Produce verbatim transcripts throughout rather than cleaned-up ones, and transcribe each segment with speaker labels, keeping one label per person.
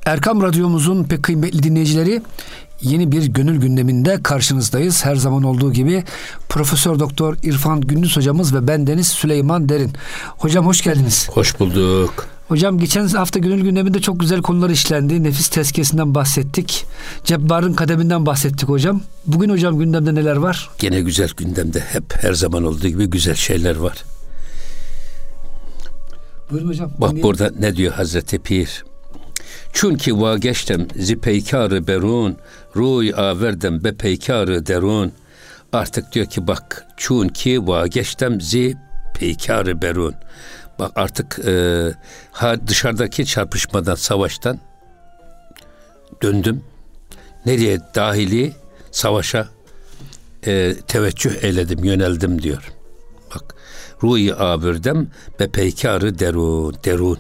Speaker 1: Erkam Radyomuzun pek kıymetli dinleyicileri, yeni bir gönül gündeminde karşınızdayız. Her zaman olduğu gibi Profesör Doktor İrfan Gündüz hocamız ve bendeniz Süleyman Derin. Hocam hoş geldiniz.
Speaker 2: Hoş bulduk.
Speaker 1: Hocam geçen hafta gönül gündeminde çok güzel konular işlendi. Nefis tezkiyesinden bahsettik. Cebbar'ın kademinden bahsettik hocam. Bugün hocam gündemde neler var?
Speaker 2: Gene güzel gündemde, hep her zaman olduğu gibi güzel şeyler var.
Speaker 1: Buyurun hocam.
Speaker 2: Bak
Speaker 1: dinleyelim.
Speaker 2: burada ne diyor Hazreti Pir? Çünkü vageçtem zi peykarı berun, ruy averdem be peykarı derun. Artık diyor ki bak, çünkü vageçtem zi peykarı berun. Bak artık e, ha, dışarıdaki çarpışmadan, savaştan döndüm. Nereye? Dahili savaşa e, teveccüh eyledim, yöneldim diyor. Bak, ruy averdem be peykarı derun, derun.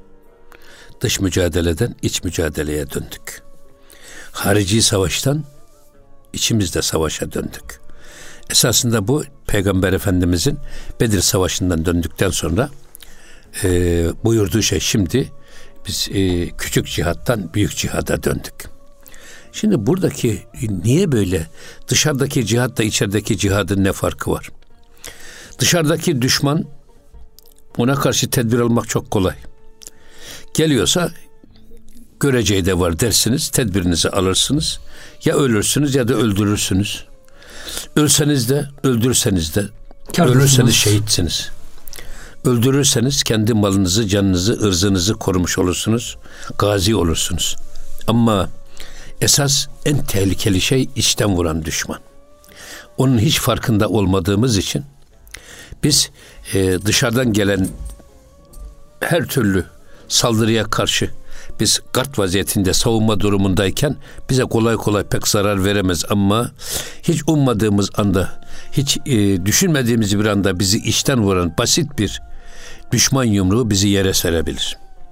Speaker 2: Dış mücadeleden iç mücadeleye döndük. Harici savaştan içimizde savaşa döndük. Esasında bu Peygamber Efendimizin Bedir Savaşı'ndan döndükten sonra e, buyurduğu şey, şimdi biz e, küçük cihattan büyük cihada döndük. Şimdi buradaki niye böyle, dışarıdaki cihatla içerideki cihadın ne farkı var? Dışarıdaki düşman, ona karşı tedbir almak çok kolay. Geliyorsa göreceği de var dersiniz, tedbirinizi alırsınız. Ya ölürsünüz ya da öldürürsünüz. Ölseniz de öldürürseniz de, ölürseniz şehitsiniz. Öldürürseniz kendi malınızı, canınızı, ırzınızı korumuş olursunuz. Gazi olursunuz. Ama esas en tehlikeli şey içten vuran düşman. Onun hiç farkında olmadığımız için biz e, dışarıdan gelen her türlü saldırıya karşı biz gard vaziyetinde, savunma durumundayken bize kolay kolay pek zarar veremez, ama hiç ummadığımız anda, hiç e, düşünmediğimiz bir anda bizi içten vuran basit bir düşman yumruğu bizi yere serebilir.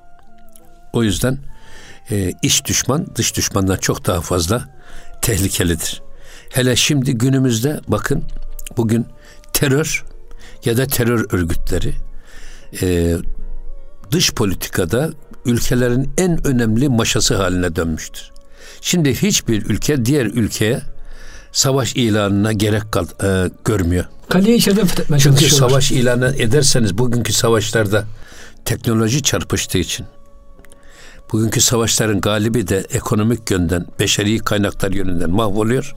Speaker 2: O yüzden e, iç düşman dış düşmandan çok daha fazla tehlikelidir. Hele şimdi günümüzde bakın, bugün terör ya da terör örgütleri e, dış politikada ülkelerin en önemli maşası haline dönmüştür. Şimdi hiçbir ülke diğer ülkeye savaş ilanına gerek kal, e, görmüyor.
Speaker 1: Kaleyi içeriden fethetmeye
Speaker 2: Çünkü
Speaker 1: çalışıyorlar.
Speaker 2: savaş ilanı ederseniz, bugünkü savaşlarda teknoloji çarpıştığı için, bugünkü savaşların galibi de ekonomik yönden, beşeri kaynaklar yönünden mahvoluyor.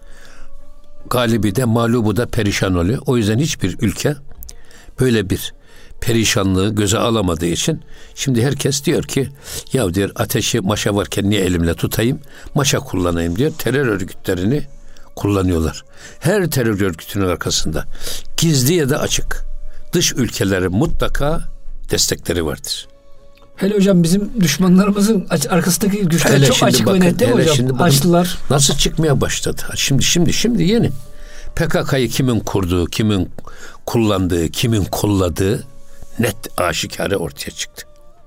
Speaker 2: Galibi de, mağlubu da perişan oluyor. O yüzden hiçbir ülke böyle bir perişanlığı göze alamadığı için şimdi herkes diyor ki, ya diyor, ateşi maşa varken niye elimle tutayım, maşa kullanayım diyor. Terör örgütlerini kullanıyorlar. Her terör örgütünün arkasında gizli ya da açık dış ülkelerin mutlaka destekleri vardır.
Speaker 1: Hele hocam bizim düşmanlarımızın arkasındaki güçler
Speaker 2: Hele
Speaker 1: çok açık
Speaker 2: bakın,
Speaker 1: ve net değil mi hocam?
Speaker 2: Şimdi
Speaker 1: Açtılar.
Speaker 2: Nasıl çıkmaya başladı? Şimdi şimdi şimdi yeni. P K K'yı kimin kurduğu, kimin kullandığı, kimin kolladığı net aşikare ortaya çıktı.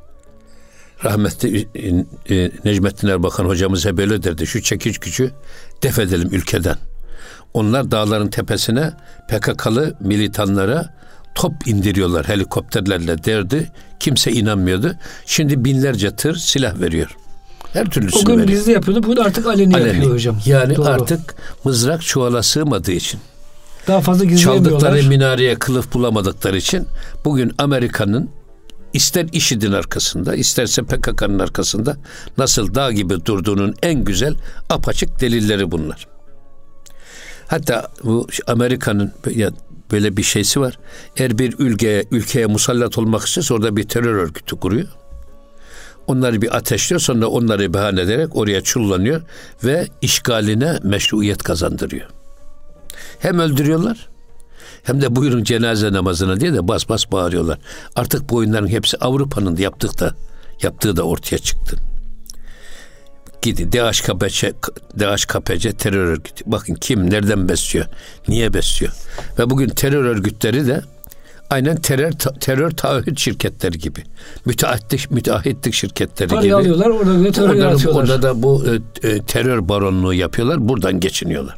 Speaker 2: Rahmetli e, Necmettin Erbakan hocamız hep böyle derdi. Şu çekiç gücü def edelim ülkeden. Onlar dağların tepesine P K K'lı militanlara top indiriyorlar helikopterlerle derdi. Kimse inanmıyordu. Şimdi binlerce tır silah veriyor. Her türlüsünü
Speaker 1: o gün
Speaker 2: veriyor.
Speaker 1: gizli yapıyordu. Bugün artık aleni, aleni yapıyor hocam.
Speaker 2: Yani
Speaker 1: doğru.
Speaker 2: Artık mızrak çuvala sığmadığı için,
Speaker 1: daha fazla gizleyemiyorlar.
Speaker 2: çaldıkları minareye kılıf bulamadıkları için bugün Amerika'nın ister IŞİD'in arkasında, isterse P K K'nın arkasında nasıl dağ gibi durduğunun en güzel apaçık delilleri bunlar. Hatta bu Amerika'nın böyle bir şeysi var. Eğer bir ülkeye, ülkeye musallat olmak istiyorsa orada bir terör örgütü kuruyor. Onları bir ateşliyor, sonra onları bahane ederek oraya çullanıyor ve işgaline meşruiyet kazandırıyor. Hem öldürüyorlar, hem de buyurun cenaze namazına diye de bas bas bağırıyorlar. Artık bu oyunların hepsi Avrupa'nın yaptığı da, yaptığı da ortaya çıktı. Gidin D H K P C, D H K P C terör örgütü. Bakın kim nereden besliyor, niye besliyor. Ve bugün terör örgütleri de aynen terör terör taahhüt şirketleri gibi, müteahhitlik müteahhitlik şirketleri
Speaker 1: parayı
Speaker 2: gibi
Speaker 1: alıyorlar, orada da terör yaratıyorlar.
Speaker 2: Orada da bu e, e, terör baronluğu yapıyorlar, buradan geçiniyorlar.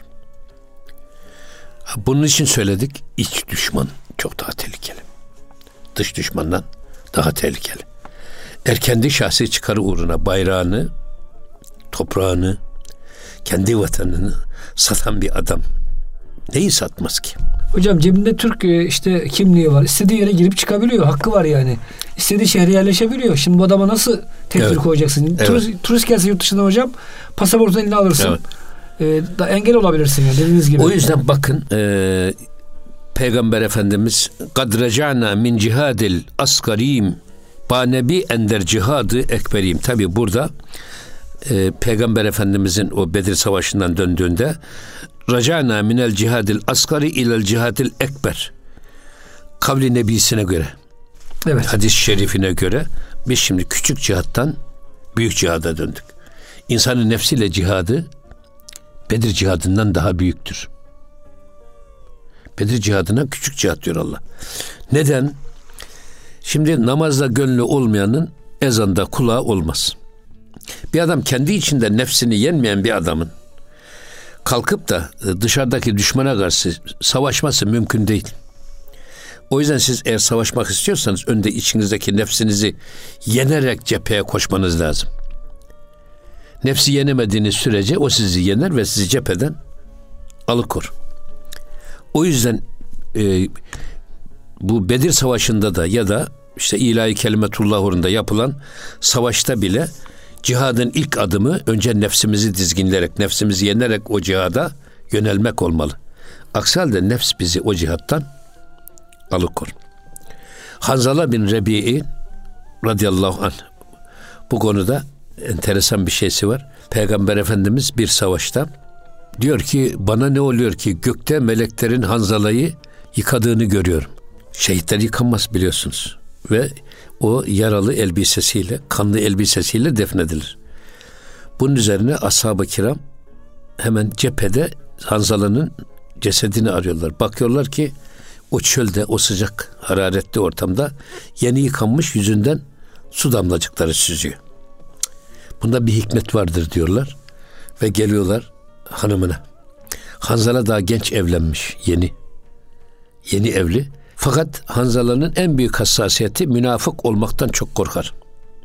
Speaker 2: Bunun için söyledik, iç düşman çok daha tehlikeli. Dış düşmandan daha tehlikeli. Er kendi şahsi çıkarı uğruna bayrağını, toprağını, kendi vatanını satan bir adam neyi satmaz ki?
Speaker 1: Hocam cebinde Türk işte kimliği var. İstediği yere girip çıkabiliyor. Hakkı var yani. İstediği şehre yerleşebiliyor. Şimdi bu adama nasıl tedbir evet. koyacaksın? Evet. Turist, turist gelse yurt dışından hocam pasaportunu eline alırsın. Evet. Ee, da engel olabilirsin ya dediğiniz gibi.
Speaker 2: O yüzden bakın e, Peygamber Efendimiz kad reca'na min cihadil asgarim banebi ender cihadı ekberiyim. Tabi burada e, Peygamber Efendimizin o Bedir Savaşı'ndan döndüğünde racana minel cihadil asgari ilel cihadil ekber kavli nebisine göre, evet. hadis-i şerifine göre biz şimdi küçük cihattan büyük cihada döndük. İnsanın nefsiyle cihadı Bedir cihadından daha büyüktür. Bedir cihadına küçük cihat diyor Allah. Neden? Şimdi namazda gönlü olmayanın ezanda kulağı olmaz. Bir adam kendi içinde nefsini yenmeyen bir adamın kalkıp da dışarıdaki düşmana karşı savaşması mümkün değil. O yüzden siz eğer savaşmak istiyorsanız önde içinizdeki nefsinizi yenerek cepheye koşmanız lazım. Nefsi yenemediğiniz sürece o sizi yener ve sizi cepheden alıkor. O yüzden e, bu Bedir Savaşı'nda da ya da işte ilahi kelimetullah uğrunda yapılan savaşta bile cihadın ilk adımı önce nefsimizi dizginleyerek, nefsimizi yenerek o cihada yönelmek olmalı. Aksi halde nefs bizi o cihattan alıkor. Hanzala bin Rebi'i radıyallahu anh bu konuda enteresan bir şeysi var. Peygamber Efendimiz bir savaşta diyor ki bana ne oluyor ki gökte meleklerin Hanzala'yı yıkadığını görüyorum. Şehitler yıkanmaz biliyorsunuz. Ve o yaralı elbisesiyle, kanlı elbisesiyle defnedilir. Bunun üzerine ashab-ı kiram hemen cephede Hanzala'nın cesedini arıyorlar. Bakıyorlar ki o çölde, o sıcak, hararetli ortamda yeni yıkanmış yüzünden su damlacıkları süzüyor. Bunda bir hikmet vardır diyorlar ve geliyorlar hanımına. Hanzala daha genç evlenmiş, yeni. Yeni evli. Fakat Hanzala'nın en büyük hassasiyeti münafık olmaktan çok korkar.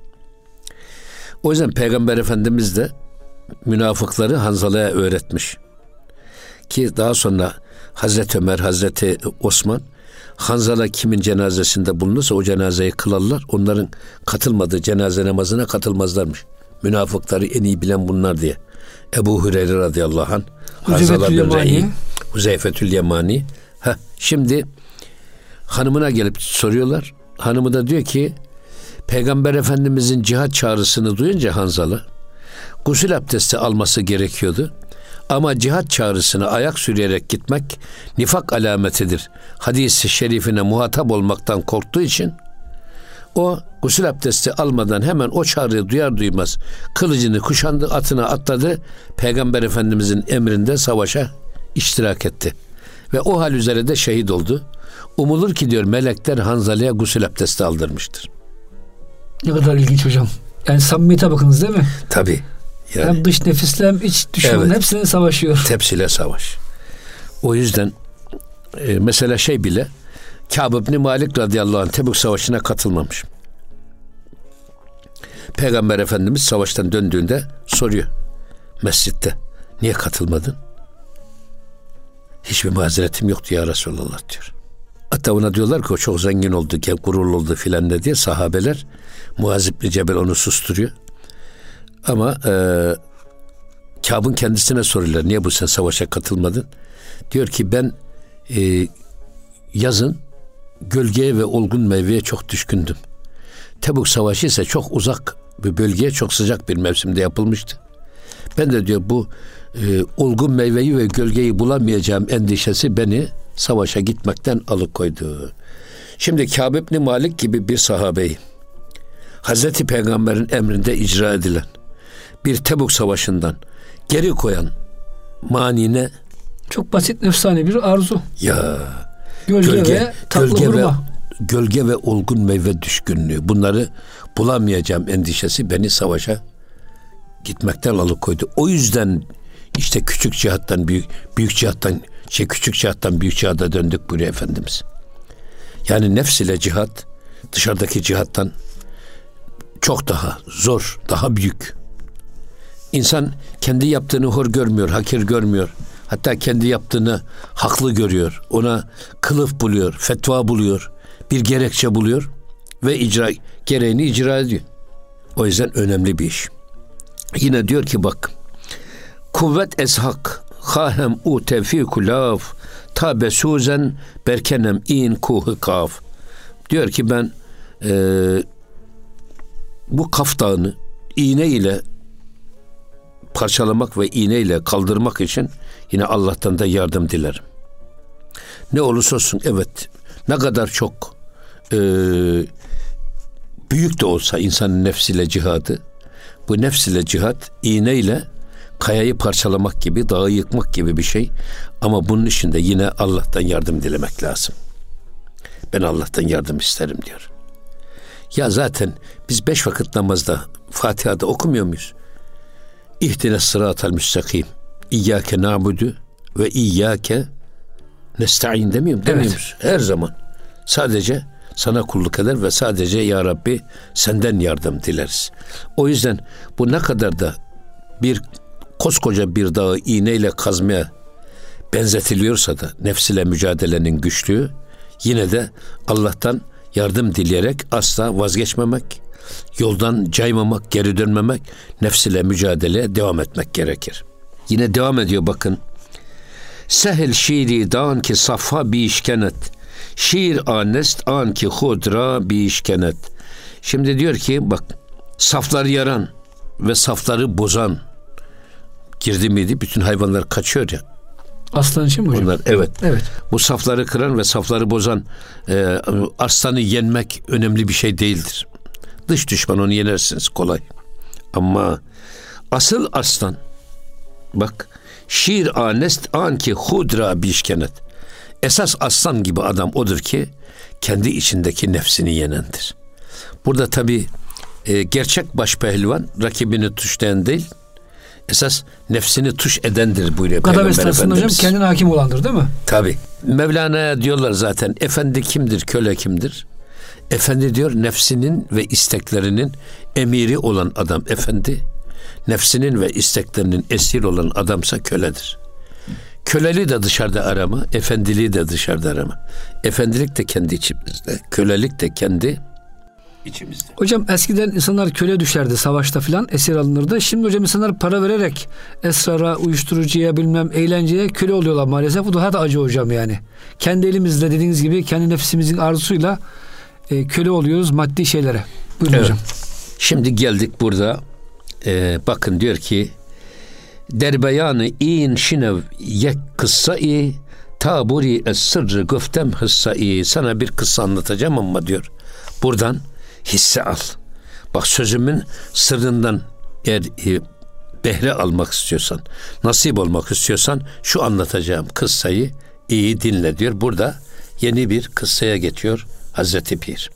Speaker 2: O yüzden Peygamber Efendimiz de münafıkları Hanzala'ya öğretmiş. Ki daha sonra Hazreti Ömer, Hazreti Osman Hanzala kimin cenazesinde bulunursa o cenazeyi kılarlar. Onların katılmadığı cenaze namazına katılmazlarmış. Münafıkları en iyi bilen bunlar diye. Ebu Hureyre radıyallahu anh, Hanzala bin Re'i, Huzeyfetül Yemani. Heh, şimdi hanımına gelip soruyorlar. Hanımı da diyor ki Peygamber Efendimizin cihat çağrısını duyunca Hanzala gusül abdesti alması gerekiyordu. Ama cihat çağrısına ayak sürüyerek gitmek nifak alametidir. Hadis-i şerifine muhatap olmaktan korktuğu için o gusül abdesti almadan hemen o çağrıyı duyar duymaz kılıcını kuşandı, atına atladı. Peygamber Efendimizin emrinde savaşa iştirak etti. Ve o hal üzere de şehit oldu. Umulur ki diyor melekler Hanzala'ya gusül abdesti aldırmıştır.
Speaker 1: Ne kadar ilginç hocam. Yani samimiyete bakınız değil mi?
Speaker 2: Tabii. Yani,
Speaker 1: hem dış nefisle hem iç düşmanın evet, hepsine savaşıyor.
Speaker 2: Hepsiyle savaş. O yüzden e, mesela şey bile Kâb ibn Malik radıyallahu anh Tebük Savaşı'na katılmamış. Peygamber Efendimiz savaştan döndüğünde soruyor mescitte. Niye katılmadın? Hiçbir mazeretim yoktu ya Resulallah diyor. Hatta ona diyorlar ki o çok zengin oldu, gururlu oldu filan diye sahabeler Muaz ibn Cebel onu susturuyor. Ama e, Kâb'ın kendisine soruyorlar. Niye bu sen savaşa katılmadın? Diyor ki ben e, yazın gölgeye ve olgun meyveye çok düşkündüm. Tebük Savaşı ise çok uzak bir bölgeye çok sıcak bir mevsimde yapılmıştı. Ben de diyor bu e, olgun meyveyi ve gölgeyi bulamayacağım endişesi beni savaşa gitmekten alıkoydu. Şimdi Kâb ibn Malik gibi bir sahabeyi Hazreti Peygamber'in emrinde icra edilen bir Tebük Savaşı'ndan geri koyan manine
Speaker 1: çok basit nefsane bir arzu.
Speaker 2: Ya
Speaker 1: gölge, gölge ve tatlı
Speaker 2: gölge
Speaker 1: hurma.
Speaker 2: Ve, gölge ve olgun meyve düşkünlüğü. Bunları bulamayacağım endişesi beni savaşa gitmekten alıkoydu. O yüzden işte küçük cihattan büyük büyük cihattan şey küçük cihattan büyük cihada döndük buraya Efendimiz. Yani nefs ile cihat dışarıdaki cihattan çok daha zor, daha büyük. İnsan kendi yaptığını hor görmüyor, hakir görmüyor. Hatta kendi yaptığını haklı görüyor. Ona kılıf buluyor, fetva buluyor, bir gerekçe buluyor ve icra gereğini icra ediyor. O yüzden önemli bir iş. Yine diyor ki bak, kuvvet eshak khahem u tevfiku laf tabe suzen berkenem in kuhu kaf. Diyor ki ben e, bu Kaf Dağı'nı iğne ile parçalamak ve iğne ile kaldırmak için yine Allah'tan da yardım dilerim. Ne olursa olsun, evet, ne kadar çok e, büyük de olsa insanın nefsiyle cihadı, bu nefsiyle cihat iğne ile kayayı parçalamak gibi, dağı yıkmak gibi bir şey. Ama bunun için de yine Allah'tan yardım dilemek lazım. Ben Allah'tan yardım isterim diyor. Ya zaten biz beş vakit namazda Fatiha'da okumuyor muyuz? İhdine sıratal müstakim. İyyâke na'budu ve iyyâke nesta'in demiyor, demiyor evet. muyuz? Her zaman. Sadece sana kulluk eder ve sadece ya Rabbi senden yardım dileriz. O yüzden bu ne kadar da bir koskoca bir dağı iğneyle kazmaya benzetiliyorsa da nefsiyle mücadelenin güçlüğü, yine de Allah'tan yardım dileyerek asla vazgeçmemek, yoldan caymamak, geri dönmemek, nefsiyle mücadeleye devam etmek gerekir. Yine devam ediyor bakın. Sehel şiiri dan ki safa bi işkenet. Şiir anest an ki hudra bi işkenet. Şimdi diyor ki bak, safları yaran ve safları bozan, girdi miydi bütün hayvanlar kaçıyor ya.
Speaker 1: Aslan için mi hocam?
Speaker 2: Onlar, evet.
Speaker 1: Evet.
Speaker 2: Bu safları kıran ve safları bozan e, aslanı yenmek önemli bir şey değildir. Dış düşman, onu yenersiniz kolay. Ama asıl aslan, bak, şiir anest an ki hudra bişkenet. Esas aslan gibi adam odur ki kendi içindeki nefsini yenendir. Burada tabii e, gerçek başpehlivan rakibini tuşlayan değil, esas nefsini tuş edendir buyuruyor
Speaker 1: Peygamber Efendimiz. Kadar hocam kendine hakim olandır değil mi?
Speaker 2: Tabii. Mevlana'ya diyorlar zaten, efendi kimdir, köle kimdir? Efendi diyor, nefsinin ve isteklerinin emiri olan adam efendi. Nefsinin ve isteklerinin esir olan adamsa köledir. Köleliği de dışarıda arama, efendiliği de dışarıda arama. Efendilik de kendi içimizde, kölelik de kendi içimizde.
Speaker 1: Hocam eskiden insanlar köle düşerdi savaşta filan, esir alınırdı. Şimdi hocam insanlar para vererek esrara, uyuşturucuya, bilmem eğlenceye köle oluyorlar maalesef. Bu daha da acı hocam yani. Kendi elimizle, dediğiniz gibi kendi nefsimizin arzusuyla e, köle oluyoruz maddi şeylere. Buyurun evet. Hocam.
Speaker 2: Şimdi geldik burada. E, bakın diyor ki derbeyanı in şinev yek kıssai taburi es sırrı güftem hıssai. Sana bir kıssa anlatacağım ama diyor, buradan hisse al. Bak, sözümün sırrından eğer e, behre almak istiyorsan, nasip olmak istiyorsan şu anlatacağım kıssayı iyi dinle diyor. Burada yeni bir kıssaya geçiyor Hazreti Pir.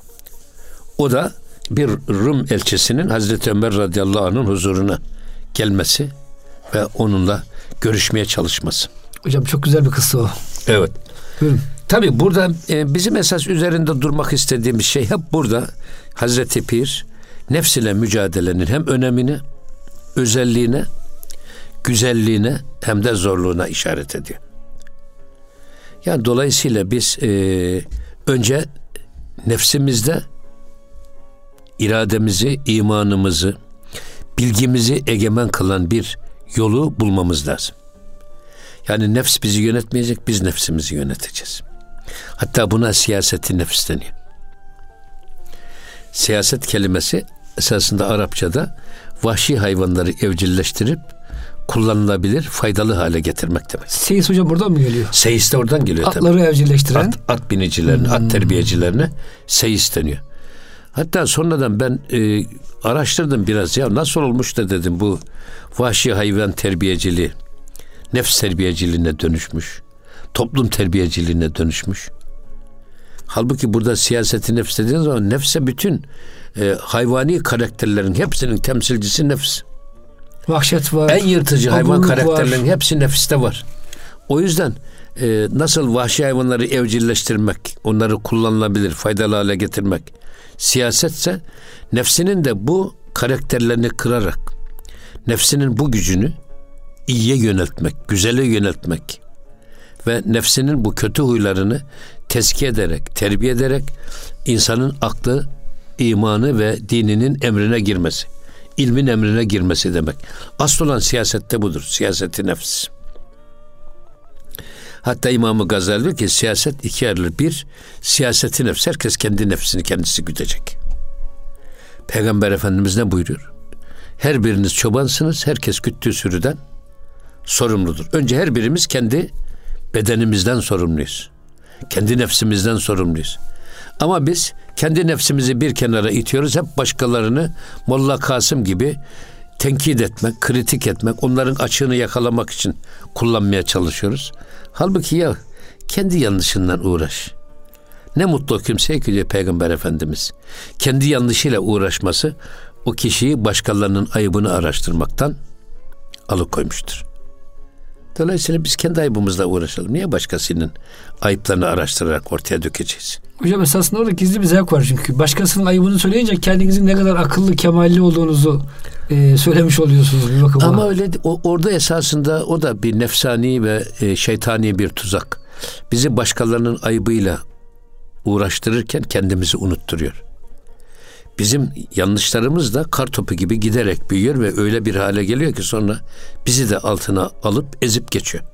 Speaker 2: O da bir Rum elçisinin Hazreti Ömer radıyallahu anh'ın huzuruna gelmesi ve onunla görüşmeye çalışması.
Speaker 1: Hocam çok güzel bir kıssa o.
Speaker 2: Evet.
Speaker 1: Buyurun.
Speaker 2: Tabii burada e, bizim esas üzerinde durmak istediğimiz şey hep burada. Hazreti Pir nefs ile mücadelenin hem önemini, özelliğine, güzelliğine hem de zorluğuna işaret ediyor. Yani dolayısıyla biz e, önce nefsimizde irademizi, imanımızı, bilgimizi egemen kılan bir yolu bulmamız lazım. Yani nefs bizi yönetmeyecek, biz nefsimizi yöneteceğiz. Hatta buna siyaseti nefs deniyor. Siyaset kelimesi esasında Arapçada vahşi hayvanları evcilleştirip kullanılabilir, faydalı hale getirmek demek.
Speaker 1: Seyis hocam buradan mı geliyor?
Speaker 2: Seyis de oradan geliyor.
Speaker 1: Atları tabii. Evcilleştiren.
Speaker 2: At, at binicilerine, hmm. at terbiyecilerine seyis deniyor. Hatta sonradan ben e, araştırdım biraz, ya nasıl olmuş da dedim bu vahşi hayvan terbiyeciliği nefs terbiyeciliğine dönüşmüş. Toplum terbiyeciliğine dönüşmüş. Halbuki burada siyaseti nefs dediğiniz zaman nefse bütün e, hayvani karakterlerin hepsinin temsilcisi nefs.
Speaker 1: Vahşet var.
Speaker 2: En yırtıcı hayvan karakterlerin var. Hepsi nefiste var. O yüzden e, nasıl vahşi hayvanları evcilleştirmek, onları kullanılabilir, faydalı hale getirmek Siyasetse nefsinin de bu karakterlerini kırarak nefsinin bu gücünü iyiye yöneltmek, güzele yöneltmek ve nefsinin bu kötü huylarını tezkiye ederek, terbiye ederek insanın aklı, imanı ve dininin emrine girmesi, ilmin emrine girmesi demek. Asıl olan siyasette budur. Siyaseti nefs. Hatta İmam-ı Gazali diyor ki siyaset iki ayrılır. Bir, siyaseti nefs. Herkes kendi nefsini kendisi güdecek. Peygamber Efendimiz ne buyuruyor? Her biriniz çobansınız. Herkes güttüğü sürüden sorumludur. Önce her birimiz kendi bedenimizden sorumluyuz. Kendi nefsimizden sorumluyuz. Ama biz kendi nefsimizi bir kenara itiyoruz. Hep başkalarını Molla Kasım gibi tenkit etmek, kritik etmek, onların açığını yakalamak için kullanmaya çalışıyoruz. Halbuki ya kendi yanlışından uğraş. Ne mutlu o kimseye ki diyor Peygamber Efendimiz. Kendi yanlışıyla uğraşması o kişiyi başkalarının ayıbını araştırmaktan alıkoymuştur. Dolayısıyla biz kendi ayıbımızla uğraşalım. Niye başkasının ayıplarını araştırarak ortaya dökeceğiz?
Speaker 1: Hocam esasında orada gizli bir zevk var çünkü. Başkasının ayıbını söyleyince kendinizin ne kadar akıllı, kemalli olduğunuzu e, söylemiş oluyorsunuz bir bakıma.
Speaker 2: Ama öyle o, orada esasında o da bir nefsani ve e, şeytani bir tuzak. Bizi başkalarının ayıbıyla uğraştırırken kendimizi unutturuyor. Bizim yanlışlarımız da kar topu gibi giderek büyüyor ve öyle bir hale geliyor ki sonra bizi de altına alıp ezip geçiyor.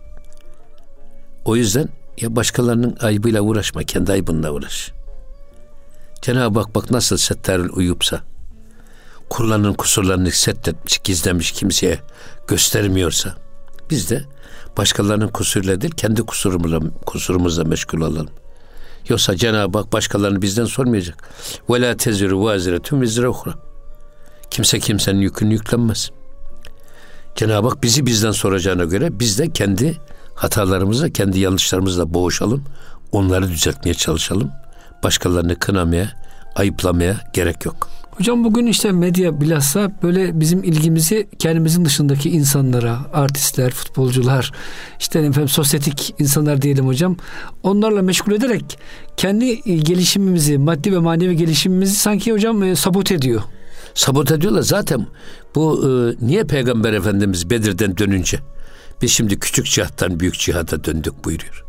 Speaker 2: O yüzden ya başkalarının ayıbıyla uğraşma, kendi ayıbınla uğraş. Cenab-ı Hak bak nasıl settarül uyupsa, kullarının kusurlarını setretmiş, gizlemiş, kimseye göstermiyorsa, biz de başkalarının kusuruyla değil, kendi kusurumuzla, kusurumuzla meşgul olalım. Yoksa Cenab-ı Hak başkalarını bizden sormayacak. Ve la teziru vaziretun vizre uhra. Kimse kimsenin yükünü yüklenmez. Cenab-ı Hak bizi bizden soracağına göre biz de kendi hatalarımızla, kendi yanlışlarımızla boğuşalım. Onları düzeltmeye çalışalım. Başkalarını kınamaya, ayıplamaya gerek yok.
Speaker 1: Hocam bugün işte medya bilhassa böyle bizim ilgimizi kendimizin dışındaki insanlara, artistler, futbolcular, işte efendim sosyetik insanlar diyelim hocam, onlarla meşgul ederek kendi gelişimimizi, maddi ve manevi gelişimimizi sanki hocam sabote ediyor.
Speaker 2: Sabote ediyorlar. Zaten bu e, niye Peygamber Efendimiz Bedir'den dönünce biz şimdi küçük cihattan büyük cihada döndük buyuruyor.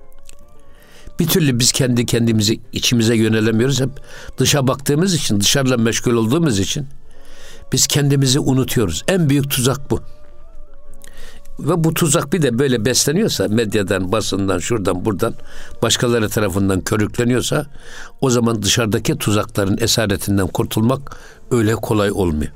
Speaker 2: Bir türlü biz kendi kendimizi içimize yönelemiyoruz. Hep dışa baktığımız için, dışarıla meşgul olduğumuz için biz kendimizi unutuyoruz. En büyük tuzak bu. Ve bu tuzak bir de böyle besleniyorsa, medyadan, basından, şuradan, buradan, başkaları tarafından körükleniyorsa, o zaman dışarıdaki tuzakların esaretinden kurtulmak öyle kolay olmuyor.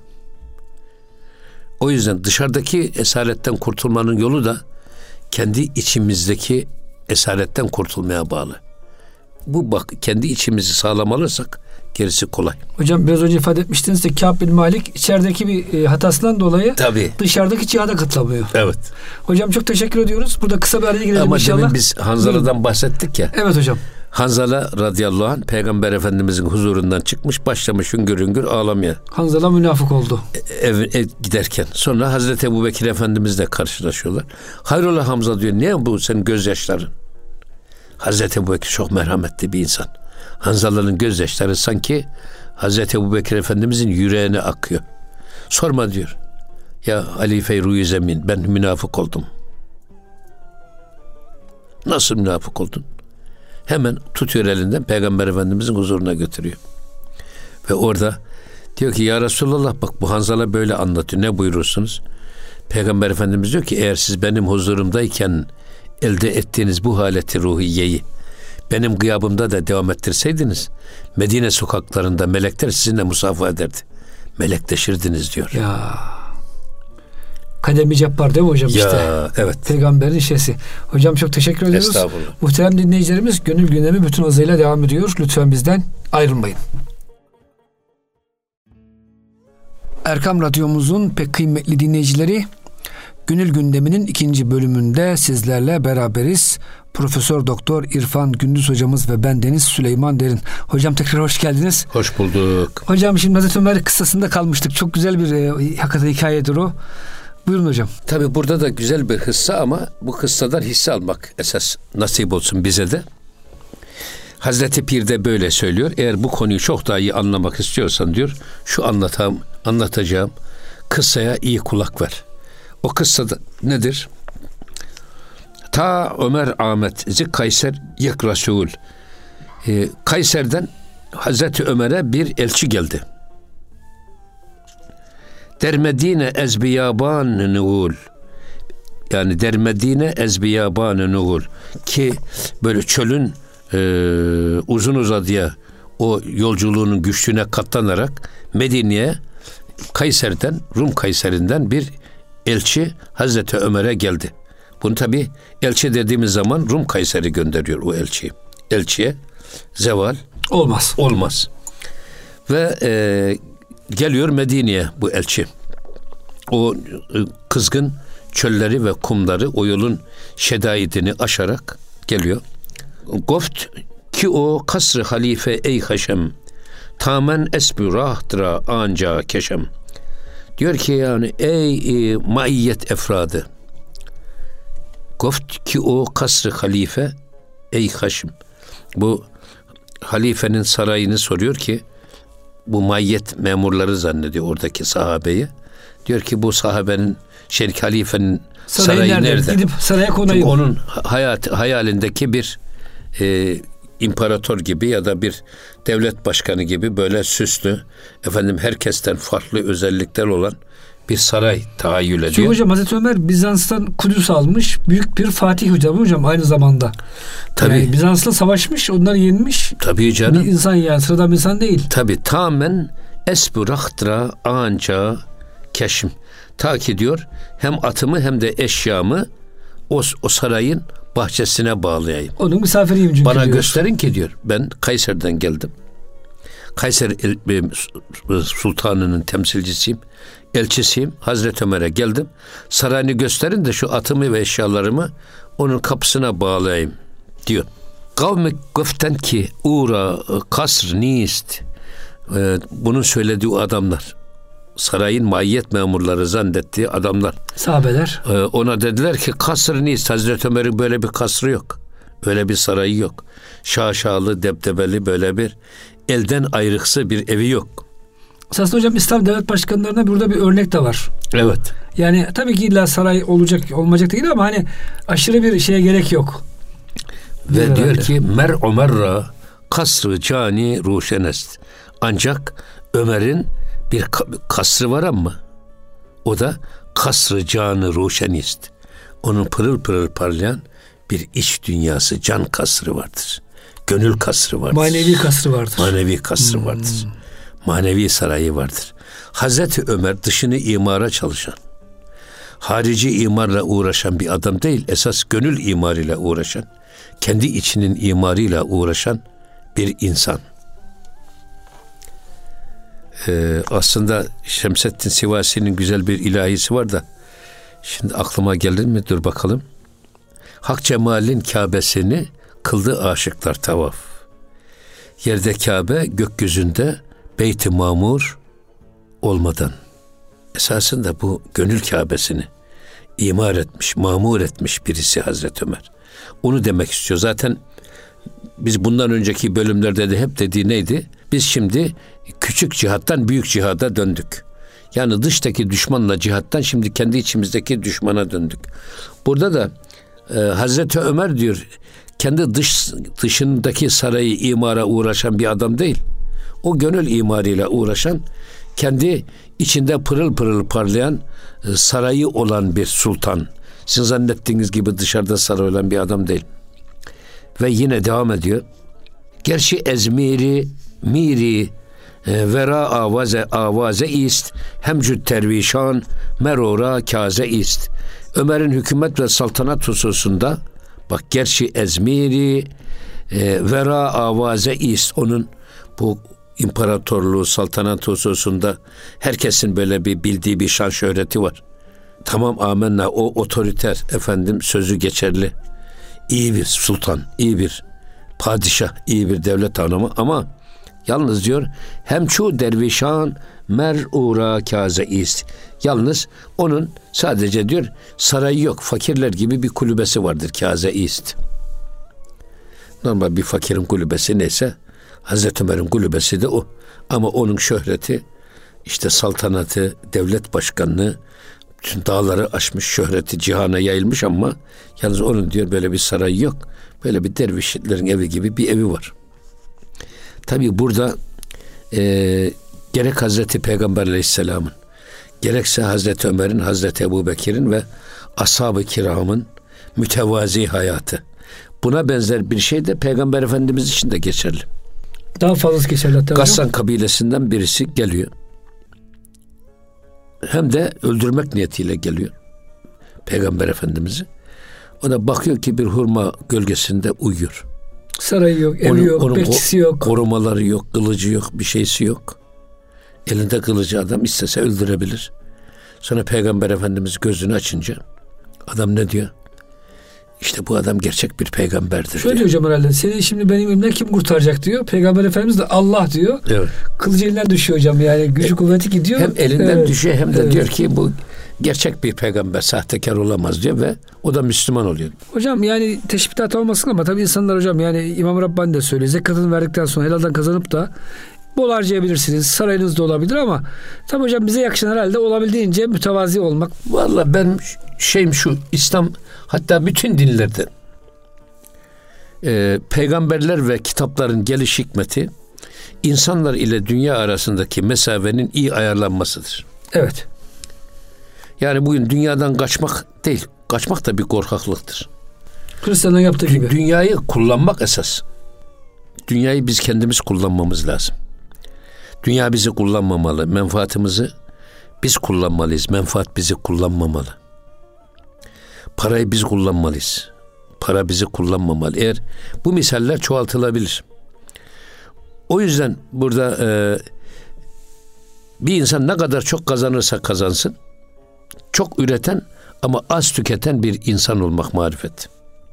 Speaker 2: O yüzden dışarıdaki esaretten kurtulmanın yolu da kendi içimizdeki esaretten kurtulmaya bağlı. Bu bak kendi içimizi sağlam alırsak gerisi kolay.
Speaker 1: Hocam biraz önce ifade etmiştiniz de Kâb bin Malik içerideki bir e, hatasından dolayı
Speaker 2: Tabii.
Speaker 1: dışarıdaki cihada katılamıyor.
Speaker 2: Evet.
Speaker 1: Hocam çok teşekkür ediyoruz. Burada kısa bir araya girelim
Speaker 2: Ama
Speaker 1: inşallah.
Speaker 2: Ama demin biz Hanzala'dan bahsettik ya.
Speaker 1: Evet hocam.
Speaker 2: Hanzala radıyallahu anh Peygamber Efendimizin huzurundan çıkmış, başlamış hüngür hüngür ağlamaya.
Speaker 1: Hanzala münafık oldu.
Speaker 2: Ev, ev giderken. Sonra Hazreti Ebubekir Efendimizle karşılaşıyorlar. Hayrola Hamza diyor, niye bu senin gözyaşların? Hazreti Ebubekir çok merhametli bir insan. Hanzala'nın gözyaşları sanki Hazreti Ebubekir Efendimizin yüreğine akıyor. Sorma diyor. Ya Halife-i Ruh-i Zemin, ben münafık oldum. Nasıl münafık oldun? Hemen tutuyor elinden Peygamber Efendimizin huzuruna götürüyor. Ve orada diyor ki ya Resulallah bak bu Hanzala böyle anlatıyor. Ne buyurursunuz? Peygamber Efendimiz diyor ki eğer siz benim huzurumdayken elde ettiğiniz bu haleti ruhiyeyi benim gıyabımda da devam ettirseydiniz Medine sokaklarında melekler sizinle musafaha ederdi. Melekleşirdiniz diyor.
Speaker 1: Ya Kademi Cabbar değil mi hocam
Speaker 2: ya,
Speaker 1: işte?
Speaker 2: Evet.
Speaker 1: Peygamberin şeysi. Hocam çok teşekkür ediyoruz.
Speaker 2: Estağfurullah.
Speaker 1: Muhterem dinleyicilerimiz gönül gündemi bütün hızıyla devam ediyor. Lütfen bizden ayrılmayın. Erkam Radyomuzun pek kıymetli dinleyicileri, Gönül Gündemi'nin ikinci bölümünde sizlerle beraberiz. Profesör Doktor İrfan Gündüz hocamız ve ben Deniz Süleyman Derin. Hocam tekrar hoş geldiniz.
Speaker 2: Hoş bulduk.
Speaker 1: Hocam şimdi Hazreti Ömer kıssasında kalmıştık. Çok güzel bir e, hakikaten hikayedir o. Buyurun hocam.
Speaker 2: Tabii burada da güzel bir hisse ama bu kıssadan hisse almak esas nasip olsun bize de. Hazreti Pir de böyle söylüyor. Eğer bu konuyu çok daha iyi anlamak istiyorsan diyor, şu anlatam, anlatacağım kıssaya iyi kulak ver. O kıssada nedir? Ta Ömer Ahmet Zi Kayser yek Resul. Ee, Kayser'den Hazreti Ömer'e bir elçi geldi. Der Medine ezbiyaban nugul. Yani der Medine ezbiyaban nugul. Ki böyle çölün e, uzun uzadıya o yolculuğunun güçlüğüne katlanarak Medine'ye Kayser'den, Rum Kayseri'nden bir elçi Hazreti Ömer'e geldi. Bunu tabi elçi dediğimiz zaman Rum Kayseri gönderiyor o elçiyi. Elçiye zeval
Speaker 1: olmaz.
Speaker 2: Olmaz. Ve e, geliyor Medine'ye bu elçi. O e, kızgın çölleri ve kumları, o yolun şedaidini aşarak geliyor. Goft ki o kasr halife ey haşem tamen esbü rahtra anca keşem. Diyor ki yani ey e, maiyet efradı. Goft ki o kasr halife ey haşem. Bu halifenin sarayını soruyor ki, bu maiyet memurları zannediyor oradaki sahabeyi. Diyor ki bu sahabenin, şerik halifenin sarayı, sarayı nerede? nerede?
Speaker 1: Gidip saraya konayım.
Speaker 2: Çünkü onun hayat, hayalindeki bir e, imparator gibi ya da bir devlet başkanı gibi böyle süslü, efendim herkesten farklı özellikler olan bir saray tahayyül ediyor.
Speaker 1: Çünkü hocam Hazreti Ömer Bizans'tan Kudüs almış. Büyük bir Fatih hocam hocam aynı zamanda. Tabii. Yani Bizans'la savaşmış, onları yenmiş.
Speaker 2: Tabii canım.
Speaker 1: Bir insan yani, sıradan bir insan değil.
Speaker 2: Tabii tamamen esburahtra anca keşim. Ta ki diyor hem atımı hem de eşyamı o, o sarayın bahçesine bağlayayım.
Speaker 1: Onun misafiriyim çünkü.
Speaker 2: Bana
Speaker 1: diyor.
Speaker 2: gösterin ki diyor, ben Kayser'den geldim. Kayser Sultanı'nın temsilcisiyim. Elçisiyim. Hazreti Ömer'e geldim. Sarayını gösterin de şu atımı ve eşyalarımı onun kapısına bağlayayım diyor. Kavmi göften ki uğra kasr nist. Ee, bunun söylediği adamlar, sarayın maiyet memurları zannettiği adamlar.
Speaker 1: Sahabeler.
Speaker 2: Ee, ona dediler ki kasr nist. Hazreti Ömer'in böyle bir kasrı yok. Öyle bir sarayı yok. Şaşalı, debdebeli böyle bir elden ayrıksı bir evi yok.
Speaker 1: Aslında hocam İslam devlet başkanlarına burada bir örnek de var.
Speaker 2: Evet.
Speaker 1: Yani tabii ki illa saray olacak olmayacak değil ama hani aşırı bir şeye gerek yok.
Speaker 2: Ve
Speaker 1: herhalde.
Speaker 2: diyor ki mer Ömerra kasrı cani ruşenest. Ancak Ömer'in bir kasrı var ama o da kasrı canı ruşenist. Onun pırıl pırıl parlayan bir iç dünyası, can kasrı vardır. Gönül kasrı vardır.
Speaker 1: Manevi kasrı vardır.
Speaker 2: Manevi kasrı
Speaker 1: hmm.
Speaker 2: vardır. Manevi sarayı vardır. Hazreti Ömer dışını imara çalışan, harici imarla uğraşan bir adam değil, esas gönül imarıyla uğraşan, kendi içinin imarıyla uğraşan bir insan. Ee, aslında Şemseddin Sivasi'nin güzel bir ilahisi var da, şimdi aklıma gelir mi? Dur bakalım. Hak Cemal'in Kabe'sini kıldı aşıklar tavaf. Yerde Kabe, gökyüzünde Beyt-i Mamur olmadan. Esasında bu gönül Kabe'sini imar etmiş, mamur etmiş birisi Hazreti Ömer. Onu demek istiyor. Zaten biz bundan önceki bölümlerde de hep dediği neydi? Biz şimdi küçük cihattan büyük cihada döndük. Yani dıştaki düşmanla cihattan şimdi kendi içimizdeki düşmana döndük. Burada da e, Hazreti Ömer diyor, kendi dış dışındaki sarayı imara uğraşan bir adam değil. O gönül imarıyla uğraşan, kendi içinde pırıl pırıl parlayan e, sarayı olan bir sultan. Sizin zannettiğiniz gibi dışarıda saray olan bir adam değil. Ve yine devam ediyor. Gerçi ezmiri miri e, vera avaze avaze ist hemcüt tervişan merora kaze ist. Ömer'in hükümet ve saltanat hususunda bak, gerçi ezmiri e, vera avaze ist, onun bu imparatorluğu, saltanat hususunda herkesin böyle bir bildiği bir şan şöhreti var. Tamam, amenna, o otoriter, efendim sözü geçerli. İyi bir sultan, iyi bir padişah, iyi bir devlet hanımı ama yalnız diyor hem şu dervişan mer ura kaze ist. Yalnız onun sadece diyor sarayı yok, fakirler gibi bir kulübesi vardır, kaze ist. Normal bir fakirin kulübesi neyse Hazreti Ömer'in kulübesi de o. Ama onun şöhreti işte saltanatı, devlet başkanlığı, bütün dağları aşmış, şöhreti cihana yayılmış ama yalnız onun diyor böyle bir sarayı yok. Böyle bir dervişlerin evi gibi bir evi var. Tabii burada e, gerek Hazreti Peygamber Aleyhisselam'ın, gerekse Hazreti Ömer'in, Hazreti Ebubekir'in ve ashab-ı kiramın mütevazi hayatı. Buna benzer bir şey de Peygamber Efendimiz için de geçerli.
Speaker 1: Daha fazlası geçerli hatta.
Speaker 2: Gassan kabilesinden birisi geliyor. Hem de öldürmek niyetiyle geliyor Peygamber Efendimiz'i. O da bakıyor ki bir hurma gölgesinde uyuyor.
Speaker 1: Sarayı yok, evi onun, yok, onun bekçisi yok.
Speaker 2: Korumaları yok, kılıcı yok, bir şeysi yok. Elinde kılıcı adam istese öldürebilir. Sonra Peygamber Efendimiz gözünü açınca adam ne diyor? İşte bu adam gerçek bir peygamberdir.
Speaker 1: Şöyle diyor hocam herhalde. Seni şimdi benim elimden kim kurtaracak diyor. Peygamber Efendimiz de Allah diyor. Evet. Kılıcı elinden düşüyor hocam. Yani gücü kuvveti gidiyor.
Speaker 2: Hem elinden
Speaker 1: evet.
Speaker 2: düşüyor hem de
Speaker 1: evet.
Speaker 2: diyor ki bu gerçek bir peygamber, sahtekar olamaz diyor ve o da Müslüman oluyor.
Speaker 1: Hocam yani teşbihat olmasın ama tabii insanlar hocam yani İmam Rabbani de söylüyor. Zekatını verdikten sonra helalden kazanıp da bol harcayabilirsiniz. Sarayınızda olabilir ama tabii hocam bize yakışan herhalde olabildiğince mütevazi olmak.
Speaker 2: Vallahi ben şeyim şu, İslam hatta bütün dinlerde e, peygamberler ve kitapların geliş hikmeti insanlar ile dünya arasındaki mesafenin iyi ayarlanmasıdır.
Speaker 1: Evet.
Speaker 2: Yani bugün dünyadan kaçmak değil, kaçmak da bir korkaklıktır.
Speaker 1: Hristiyanların yaptığı gibi.
Speaker 2: Dünyayı kullanmak esas. Dünyayı biz kendimiz kullanmamız lazım. Dünya bizi kullanmamalı. Menfaatimizi biz kullanmalıyız. Menfaat bizi kullanmamalı. Parayı biz kullanmalıyız. Para bizi kullanmamalı. Eğer bu misaller çoğaltılabilir. O yüzden burada e, bir insan ne kadar çok kazanırsa kazansın, çok üreten ama az tüketen bir insan olmak marifet.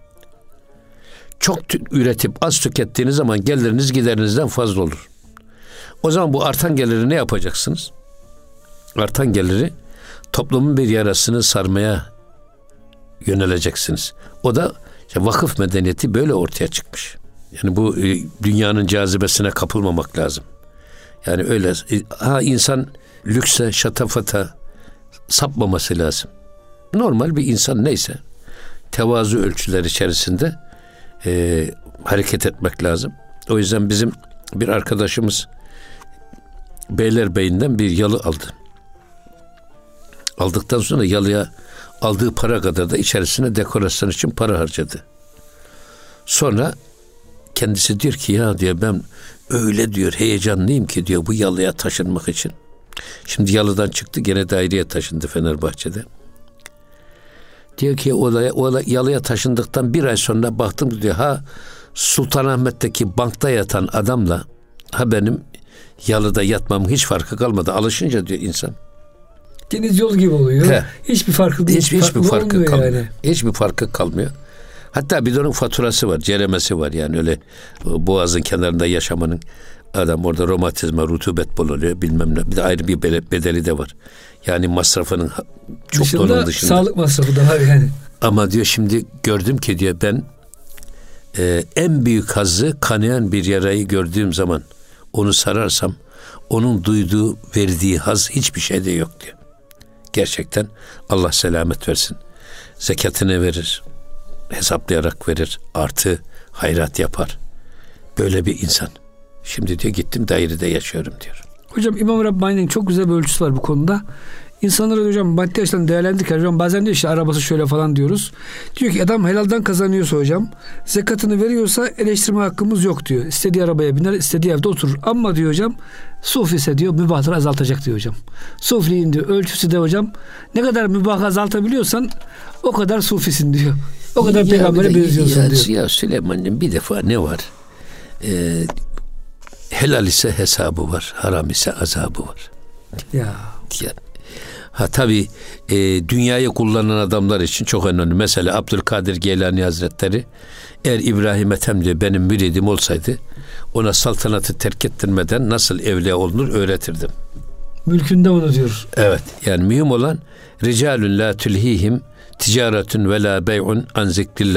Speaker 2: Çok tü- üretip az tükettiğiniz zaman geliriniz giderinizden fazla olur. O zaman bu artan geliri ne yapacaksınız? Artan geliri toplumun bir yarasını sarmaya yöneleceksiniz. O da işte vakıf medeniyeti böyle ortaya çıkmış. Yani bu e, dünyanın cazibesine kapılmamak lazım. Yani öyle e, ha insan lükse, şatafata sapmaması lazım. Normal bir insan neyse tevazu ölçüleri içerisinde e, hareket etmek lazım. O yüzden bizim bir arkadaşımız Beylerbeyi'nden bir yalı aldı. Aldıktan sonra yalıya aldığı para kadar da içerisine dekorasyon için para harcadı. Sonra kendisi diyor ki ya diyor ben öyle diyor heyecanlıyım ki diyor bu yalıya taşınmak için. Şimdi yalıdan çıktı gene daireye taşındı Fenerbahçe'de. Diyor ki o, o yalıya taşındıktan bir ay sonra baktım diyor ha Sultanahmet'teki bankta yatan adamla ha benim yalıda yatmamın hiç farkı kalmadı. Alışınca diyor insan.
Speaker 1: Deniz yol gibi oluyor. He. Hiçbir farkı değil.
Speaker 2: Hiç, hiçbir farkı kalmıyor. Yani. Hiçbir farkı kalmıyor. Hatta bir de onun faturası var, ceremesi var yani öyle boğazın kenarında yaşamanın adam orada romatizma, rutubet bol oluyor bilmem ne. Bir de ayrı bir bedeli de var. Yani masrafının çok
Speaker 1: dışında,
Speaker 2: onun dışında.
Speaker 1: Sağlık masrafı da var yani.
Speaker 2: Ama diyor şimdi gördüm ki diyor ben e, en büyük hazzı kanayan bir yarayı gördüğüm zaman onu sararsam onun duyduğu, verdiği haz hiçbir şeyde yok diyor. Gerçekten Allah selamet versin. Zekatını verir. Hesaplayarak verir. Artı hayrat yapar. Böyle bir insan. Şimdi diyor gittim dairede yaşıyorum diyor.
Speaker 1: Hocam İmam Rabbani'nin çok güzel bir ölçüsü var bu konuda. İnsanları hocam maddi açıdan değerlendirirken hocam bazen diyor işte arabası şöyle falan diyoruz. Diyor ki adam helalden kazanıyorsa hocam zekatını veriyorsa eleştirme hakkımız yok diyor. İstediği arabaya biner, istediği evde oturur. Ama diyor hocam suf ise diyor mübahları azaltacak diyor hocam. Sufliğin diyor ölçüsü de hocam ne kadar mübahı azaltabiliyorsan o kadar sufisin diyor. O kadar ya peygambere benziyorsun
Speaker 2: ya,
Speaker 1: diyor.
Speaker 2: Ya Süleyman'cığım bir defa ne var? Ee, helal ise hesabı var. Haram ise azabı var.
Speaker 1: Ya.
Speaker 2: Yani. Ha tabii e, dünyayı kullanan adamlar için çok önemli. Mesela Abdülkadir Geylani Hazretleri eğer İbrahim Ethem diye benim müridim olsaydı ona saltanatı terk ettirmeden nasıl evliya olunur öğretirdim.
Speaker 1: Mülkünde onu diyor.
Speaker 2: Evet yani mühim olan ricalun la tulhihim ticaretun ve la bey'un an zikrillah.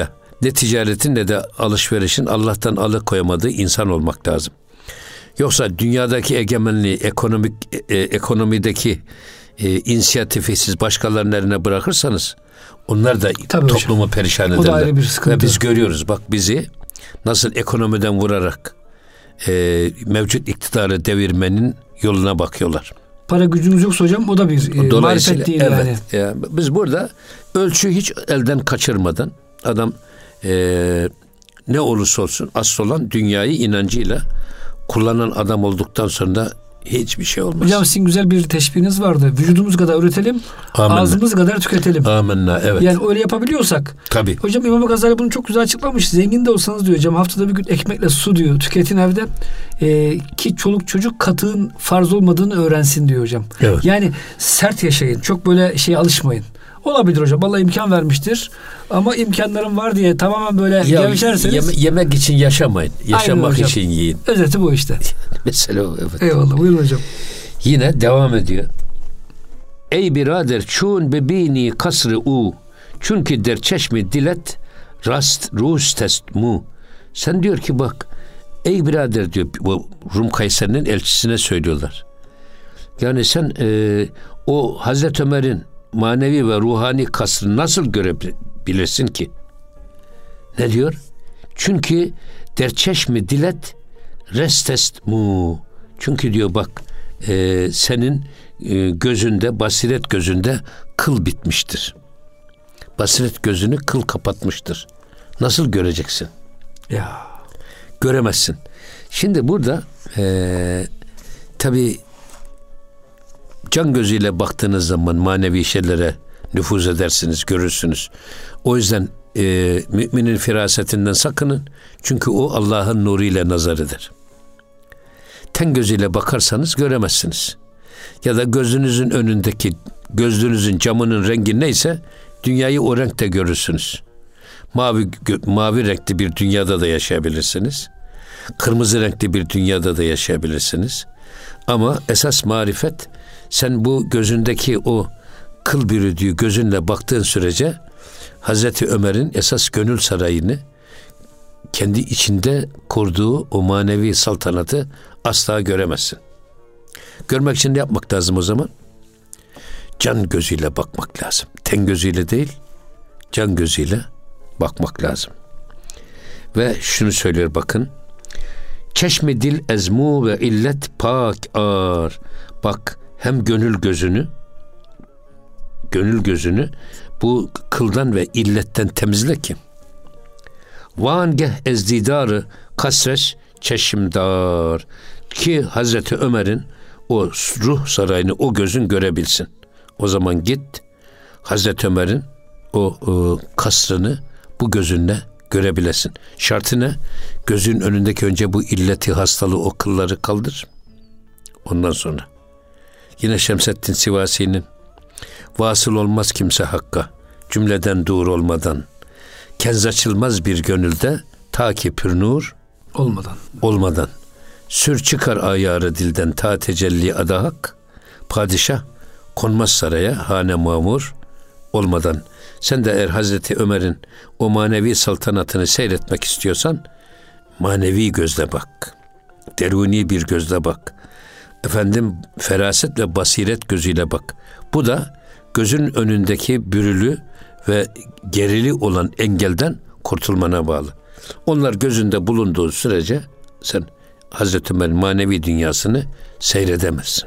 Speaker 2: ne ticaretin ne de alışverişin Allah'tan alıkoyamadığı insan olmak lazım. Yoksa dünyadaki egemenliği, ekonomik e, ekonomideki e, inisiyatifi siz başkalarının eline bırakırsanız onlar da Tabii toplumu hocam. perişan ederler. O da ayrı bir sıkıntı. Ve biz görüyoruz bak bizi nasıl ekonomiden vurarak e, mevcut iktidarı devirmenin yoluna bakıyorlar.
Speaker 1: Para gücümüz yoksa hocam o da bir e, marifet değil evet, yani.
Speaker 2: yani. Biz burada ölçüyü hiç elden kaçırmadan adam e, ne olursa olsun asıl olan dünyayı inancıyla kullanan adam olduktan sonra hiçbir şey olmaz.
Speaker 1: Hocam sizin güzel bir teşbihiniz vardı. Vücudumuz kadar üretelim, Amenna. ağzımız kadar tüketelim.
Speaker 2: Amenna, evet.
Speaker 1: Yani öyle yapabiliyorsak.
Speaker 2: Tabii.
Speaker 1: Hocam İmam Gazali bunu çok güzel açıklamış. Zengin de olsanız diyor hocam haftada bir gün ekmekle su diyor. Tüketin evde ee, ki çoluk çocuk katığın farz olmadığını öğrensin diyor hocam. Evet. Yani sert yaşayın. Çok böyle şeye alışmayın. Olabilir hocam. Allah imkan vermiştir. Ama imkanlarım var diye tamamen böyle gevşerseniz.
Speaker 2: Yeme, yemek için yaşamayın. Yaşamak için yiyin.
Speaker 1: Özeti bu işte.
Speaker 2: Mesela o. Evet.
Speaker 1: Eyvallah. Buyurun hocam.
Speaker 2: Yine devam ediyor. Ey birader çun bebini kasrı u. Çünkü der çeşmi dilet rast rus test mu. Sen diyor ki bak ey birader diyor bu Rum Kayseri'nin elçisine söylüyorlar. Yani sen e, o Hazreti Ömer'in manevi ve ruhani kasrını nasıl görebilirsin ki? Ne diyor? Çünkü der çeşmi dilet restest mu. Çünkü diyor bak e, senin e, gözünde, basiret gözünde kıl bitmiştir. Basiret gözünü kıl kapatmıştır. Nasıl göreceksin?
Speaker 1: Ya.
Speaker 2: Göremezsin. Şimdi burada e, tabii can gözüyle baktığınız zaman manevi şeylere nüfuz edersiniz, görürsünüz. O yüzden e, müminin firasetinden sakının. Çünkü o Allah'ın nuruyla nazar eder. Ten gözüyle bakarsanız göremezsiniz. Ya da gözünüzün önündeki, gözlüğünüzün camının rengi neyse dünyayı o renkte görürsünüz. Mavi gö- mavi renkli bir dünyada da yaşayabilirsiniz. Kırmızı renkli bir dünyada da yaşayabilirsiniz. Ama esas marifet, sen bu gözündeki o kıl bürüdüğü gözünle baktığın sürece Hazreti Ömer'in esas gönül sarayını, kendi içinde kurduğu o manevi saltanatı asla göremezsin. Görmek için ne yapmak lazım o zaman? Can gözüyle bakmak lazım. Ten gözüyle değil, can gözüyle bakmak lazım. Ve şunu söylüyor bakın. Çeşme dil ezmu ve illet pak ar. Bak hem gönül gözünü, gönül gözünü bu kıldan ve illetten temizle ki. Vangeh ezdidarı kasreş çeşimdar. Ki Hazreti Ömer'in o ruh sarayını o gözün görebilsin. O zaman git Hazreti Ömer'in o, o kasrını bu gözünle görebilesin. Şartı ne? Gözün önündeki önce bu illeti, hastalığı, o kılları kaldır. Ondan sonra. Yine Şemseddin Sivasi'nin vasıl olmaz kimse hakka, cümleden dur olmadan, kenz açılmaz bir gönülde, ta ki pür nur
Speaker 1: olmadan.
Speaker 2: olmadan. Sür çıkar ayarı dilden, ta tecelli ada hak, padişah konmaz saraya, hane mamur olmadan. Sen de eğer Hazreti Ömer'in o manevi saltanatını seyretmek istiyorsan, manevi gözle bak. Deruni bir gözle bak. Efendim feraset ve basiret gözüyle bak. Bu da gözün önündeki bürülü ve gerili olan engelden kurtulmana bağlı. Onlar gözünde bulunduğu sürece sen Hazreti Ömer'in manevi dünyasını seyredemezsin.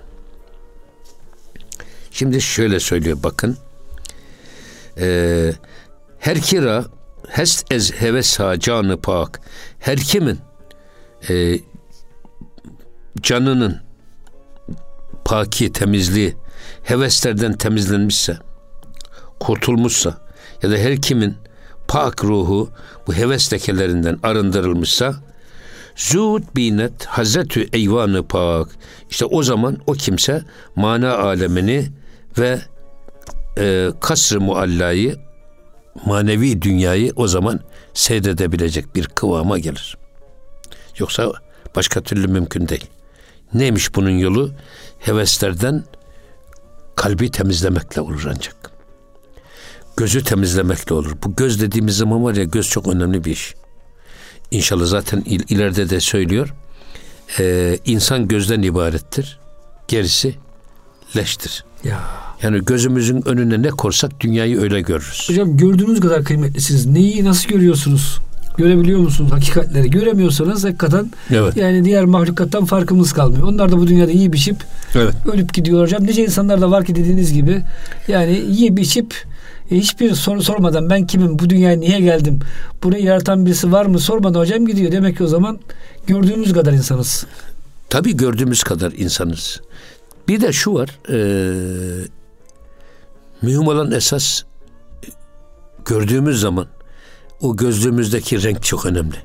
Speaker 2: Şimdi şöyle söylüyor bakın. Ee, her kira hest ez heves ha canı pak. Her kimin e, canının paki, temizliği heveslerden temizlenmişse, kurtulmuşsa ya da her kimin pak ruhu bu heves lekelerinden arındırılmışsa, zut binet Hazretü Eyvanı pak. İşte o zaman o kimse mana alemini ve e, kasr-ı muallayı, manevi dünyayı o zaman seyredebilecek bir kıvama gelir. Yoksa başka türlü mümkün değil. Neymiş bunun yolu? Heveslerden kalbi temizlemekle olur ancak. gözü temizlemekle olur. Bu göz dediğimiz zaman var ya, göz çok önemli bir iş. İnşallah zaten il, ileride de söylüyor. Ee, insan gözden ibarettir. Gerisi leştir.
Speaker 1: Ya.
Speaker 2: Yani gözümüzün önüne ne korsak dünyayı öyle görürüz.
Speaker 1: Hocam gördüğünüz kadar kıymetlisiniz. Neyi nasıl görüyorsunuz? Görebiliyor musunuz hakikatleri? Göremiyorsanız hakikaten
Speaker 2: evet.
Speaker 1: yani diğer mahlukattan farkımız kalmıyor. Onlar da bu dünyada yiyip içip
Speaker 2: evet.
Speaker 1: ölüp gidiyor hocam. Nice insanlar da var ki dediğiniz gibi yani yiyip içip e, hiçbir soru sormadan ben kimim, bu dünyaya niye geldim, burayı yaratan birisi var mı sormadan hocam gidiyor. Demek ki o zaman gördüğümüz kadar insanız.
Speaker 2: Tabii gördüğümüz kadar insanız. Bir de şu var, ee, mühim olan esas gördüğümüz zaman o gözlüğümüzdeki renk çok önemli.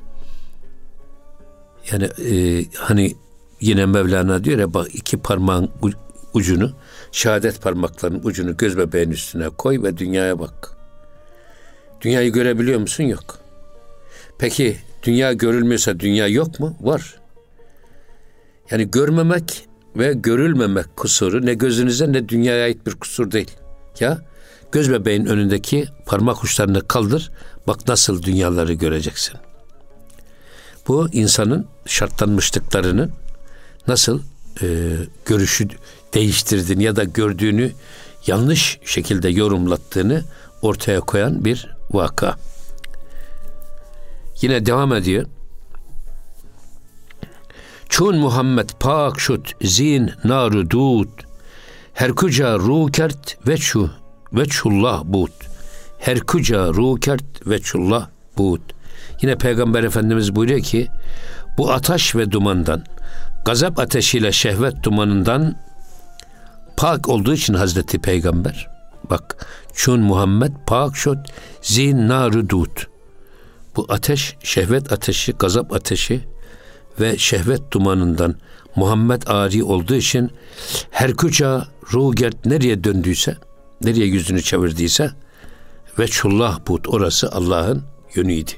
Speaker 2: Yani e, hani yine Mevlana diyor ya, bak iki parmağın ucunu, şehadet parmaklarının ucunu göz bebeğin üstüne koy ve dünyaya bak. Dünyayı görebiliyor musun? Yok. Peki dünya görülmüyorsa dünya yok mu? Var. Yani görmemek ve görülmemek kusuru ne gözünüze ne dünyaya ait bir kusur değil. Ya göz bebeğin önündeki parmak uçlarını kaldır, bak nasıl dünyaları göreceksin. Bu insanın şartlanmışlıklarının nasıl e, görüşü değiştirdiğini ya da gördüğünü yanlış şekilde yorumlattığını ortaya koyan bir vaka. Yine devam ediyor. Çun Muhammed pak şut zin naru dud her kuca ru kert ve çu ve çullah bud her kuca ru kert ve çullah bud. Yine Peygamber Efendimiz buyuruyor ki bu ateş ve dumandan, gazap ateşiyle şehvet dumanından pak olduğu için Hazreti Peygamber, bak çun Muhammed pak şut zin naru dud, bu ateş, şehvet ateşi, gazap ateşi ve şehvet dumanından Muhammed ari olduğu için her kuca ruhgert nereye döndüyse, nereye yüzünü çevirdiyse ve çullah bud, orası Allah'ın yönüydü.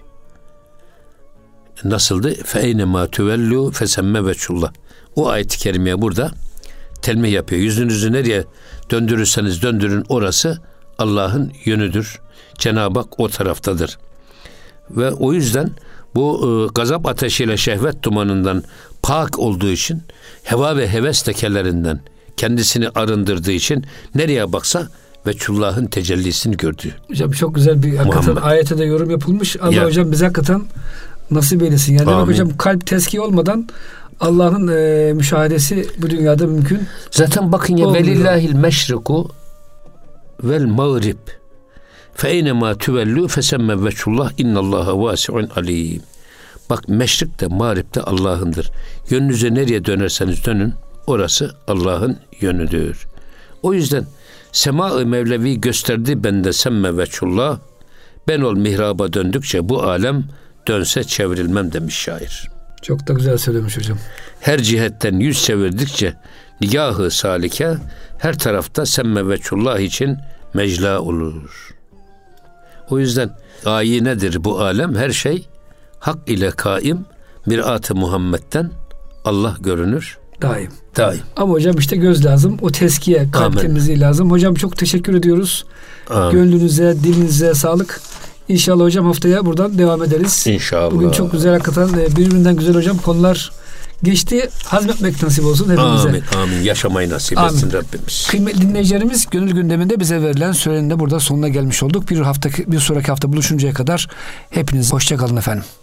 Speaker 2: Nasıldı? Fe eyne ma tuvellu fesemme ve çullah. O ayet-i kerimeye burada telmih yapıyor. Yüzünüzü nereye döndürürseniz döndürün, orası Allah'ın yönüdür. Cenab-ı Hak o taraftadır. Ve o yüzden bu e, gazap ateşiyle şehvet dumanından pak olduğu için, heva ve heves lekelerinden kendisini arındırdığı için nereye baksa ve çullahın tecellisini gördü.
Speaker 1: Hocam çok güzel bir hakikaten ayete de yorum yapılmış. Allah ya. Hocam bize hakikaten nasip eylesin. Yani demek hocam kalp teski olmadan Allah'ın e, müşahedesi bu dünyada mümkün.
Speaker 2: Zaten bakın ya, velillahil meşriku vel mağrib fe eynema tüvellu fesemme veçullah innallaha vasi'un alim. Bak, meşrik de mağrib de Allah'ındır. Yönünüze nereye dönerseniz dönün, orası Allah'ın yönüdür. O yüzden Sema-ı Mevlevi gösterdi bende semme veçullah, ben ol mihraba döndükçe bu alem dönse çevrilmem demiş şair.
Speaker 1: Çok da güzel söylemiş hocam.
Speaker 2: Her cihetten yüz çevirdikçe nigahı salike her tarafta semme veçullah için mecla olur. O yüzden ayinedir bu alem, her şey hak ile kaim, mirat-ı Muhammed'den Allah görünür.
Speaker 1: Daim.
Speaker 2: Daim.
Speaker 1: Ama hocam işte göz lazım. O teskiye, kalp temizliği lazım. Hocam çok teşekkür ediyoruz. Amin. Gönlünüze, dilinize sağlık. İnşallah hocam haftaya buradan devam ederiz.
Speaker 2: İnşallah.
Speaker 1: Bugün çok güzel, hakikaten birbirinden güzel hocam konular geçti. Hazmetmek nasip olsun hepimize.
Speaker 2: Amin. Amin. Yaşamayı nasip
Speaker 1: Amin.
Speaker 2: etsin Rabbimiz.
Speaker 1: Kıymetli dinleyicilerimiz, Gönül Gündemi'nde bize verilen sürenin de burada sonuna gelmiş olduk. Bir hafta, bir sonraki hafta buluşuncaya kadar hepiniz hoşça kalın efendim.